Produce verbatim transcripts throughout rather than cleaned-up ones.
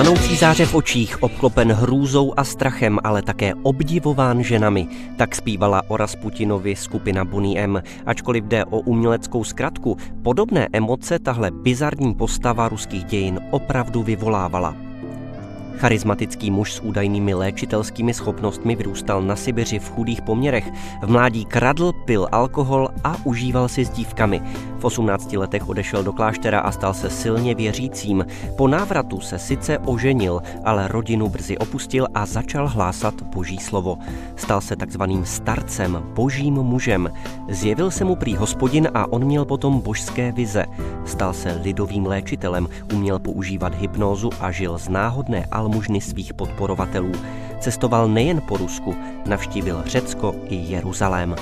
Planoucí záře v očích, obklopen hrůzou a strachem, ale také obdivován ženami. Tak zpívala o Rasputinovi skupina Boney M. Ačkoliv jde o uměleckou zkratku, podobné emoce tahle bizarní postava ruských dějin opravdu vyvolávala. Charismatický muž s údajnými léčitelskými schopnostmi vyrůstal na Sibiři v chudých poměrech. V mládí kradl, pil alkohol a užíval si s dívkami. V osmnácti letech odešel do kláštera a stal se silně věřícím. Po návratu se sice oženil, ale rodinu brzy opustil a začal hlásat boží slovo. Stal se takzvaným starcem, božím mužem. Zjevil se mu prý Hospodin a on měl potom božské vize. Stal se lidovým léčitelem, uměl používat hypnózu a žil z náhodné almužny svých podporovatelů. Cestoval nejen po Rusku, navštívil Řecko i Jeruzalém.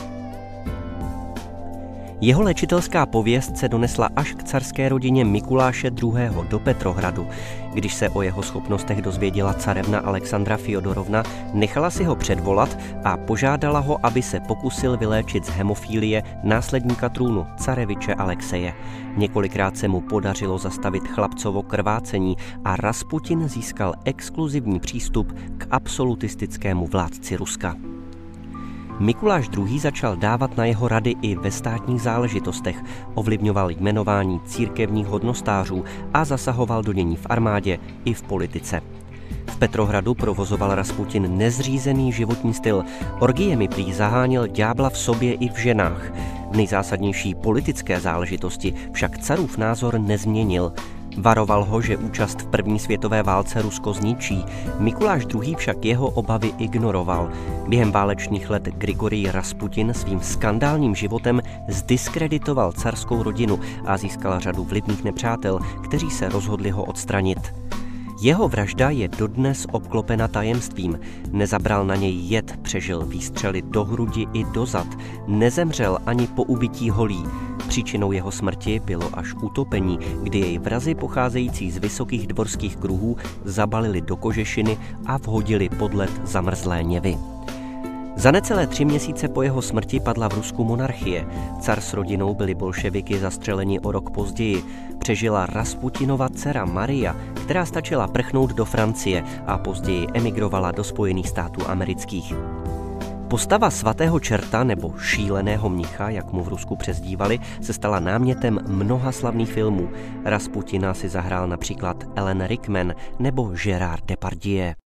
Jeho léčitelská pověst se donesla až k carské rodině Mikuláše druhého. do Petrohradu. Když se o jeho schopnostech dozvěděla carevna Alexandra Fjodorovna, nechala si ho předvolat a požádala ho, aby se pokusil vyléčit z hemofílie následníka trůnu, careviče Alexeje. Několikrát se mu podařilo zastavit chlapcovo krvácení a Rasputin získal exkluzivní přístup k absolutistickému vládci Ruska. Mikuláš druhý. začal dávat na jeho rady i ve státních záležitostech, ovlivňoval jmenování církevních hodnostářů a zasahoval do dění v armádě i v politice. V Petrohradu provozoval Rasputin nezřízený životní styl, orgiemi prý zaháněl ďábla v sobě i v ženách. V nejzásadnější politické záležitosti však carův názor nezměnil. Varoval ho, že účast v první světové válce Rusko zničí. Mikuláš druhý. však jeho obavy ignoroval. Během válečných let Grigorij Rasputin svým skandálním životem zdiskreditoval carskou rodinu a získal řadu vlivných nepřátel, kteří se rozhodli ho odstranit. Jeho vražda je dodnes obklopena tajemstvím. Nezabral na něj jed, přežil výstřely do hrudi i do zad. Nezemřel ani po ubití holí. Příčinou jeho smrti bylo až utopení, kdy jej vrazi pocházející z vysokých dvorských kruhů zabalili do kožešiny a vhodili pod led zamrzlé Něvy. Za necelé tři měsíce po jeho smrti padla v Rusku monarchie. Car s rodinou byli bolševiky zastřeleni o rok později. Přežila Rasputinova dcera Maria, která stačila prchnout do Francie a později emigrovala do Spojených států amerických. Postava svatého čerta nebo šíleného mnicha, jak mu v Rusku přezdívali, se stala námětem mnoha slavných filmů. Rasputina si zahrál například Alan Rickman nebo Gérard Depardieu.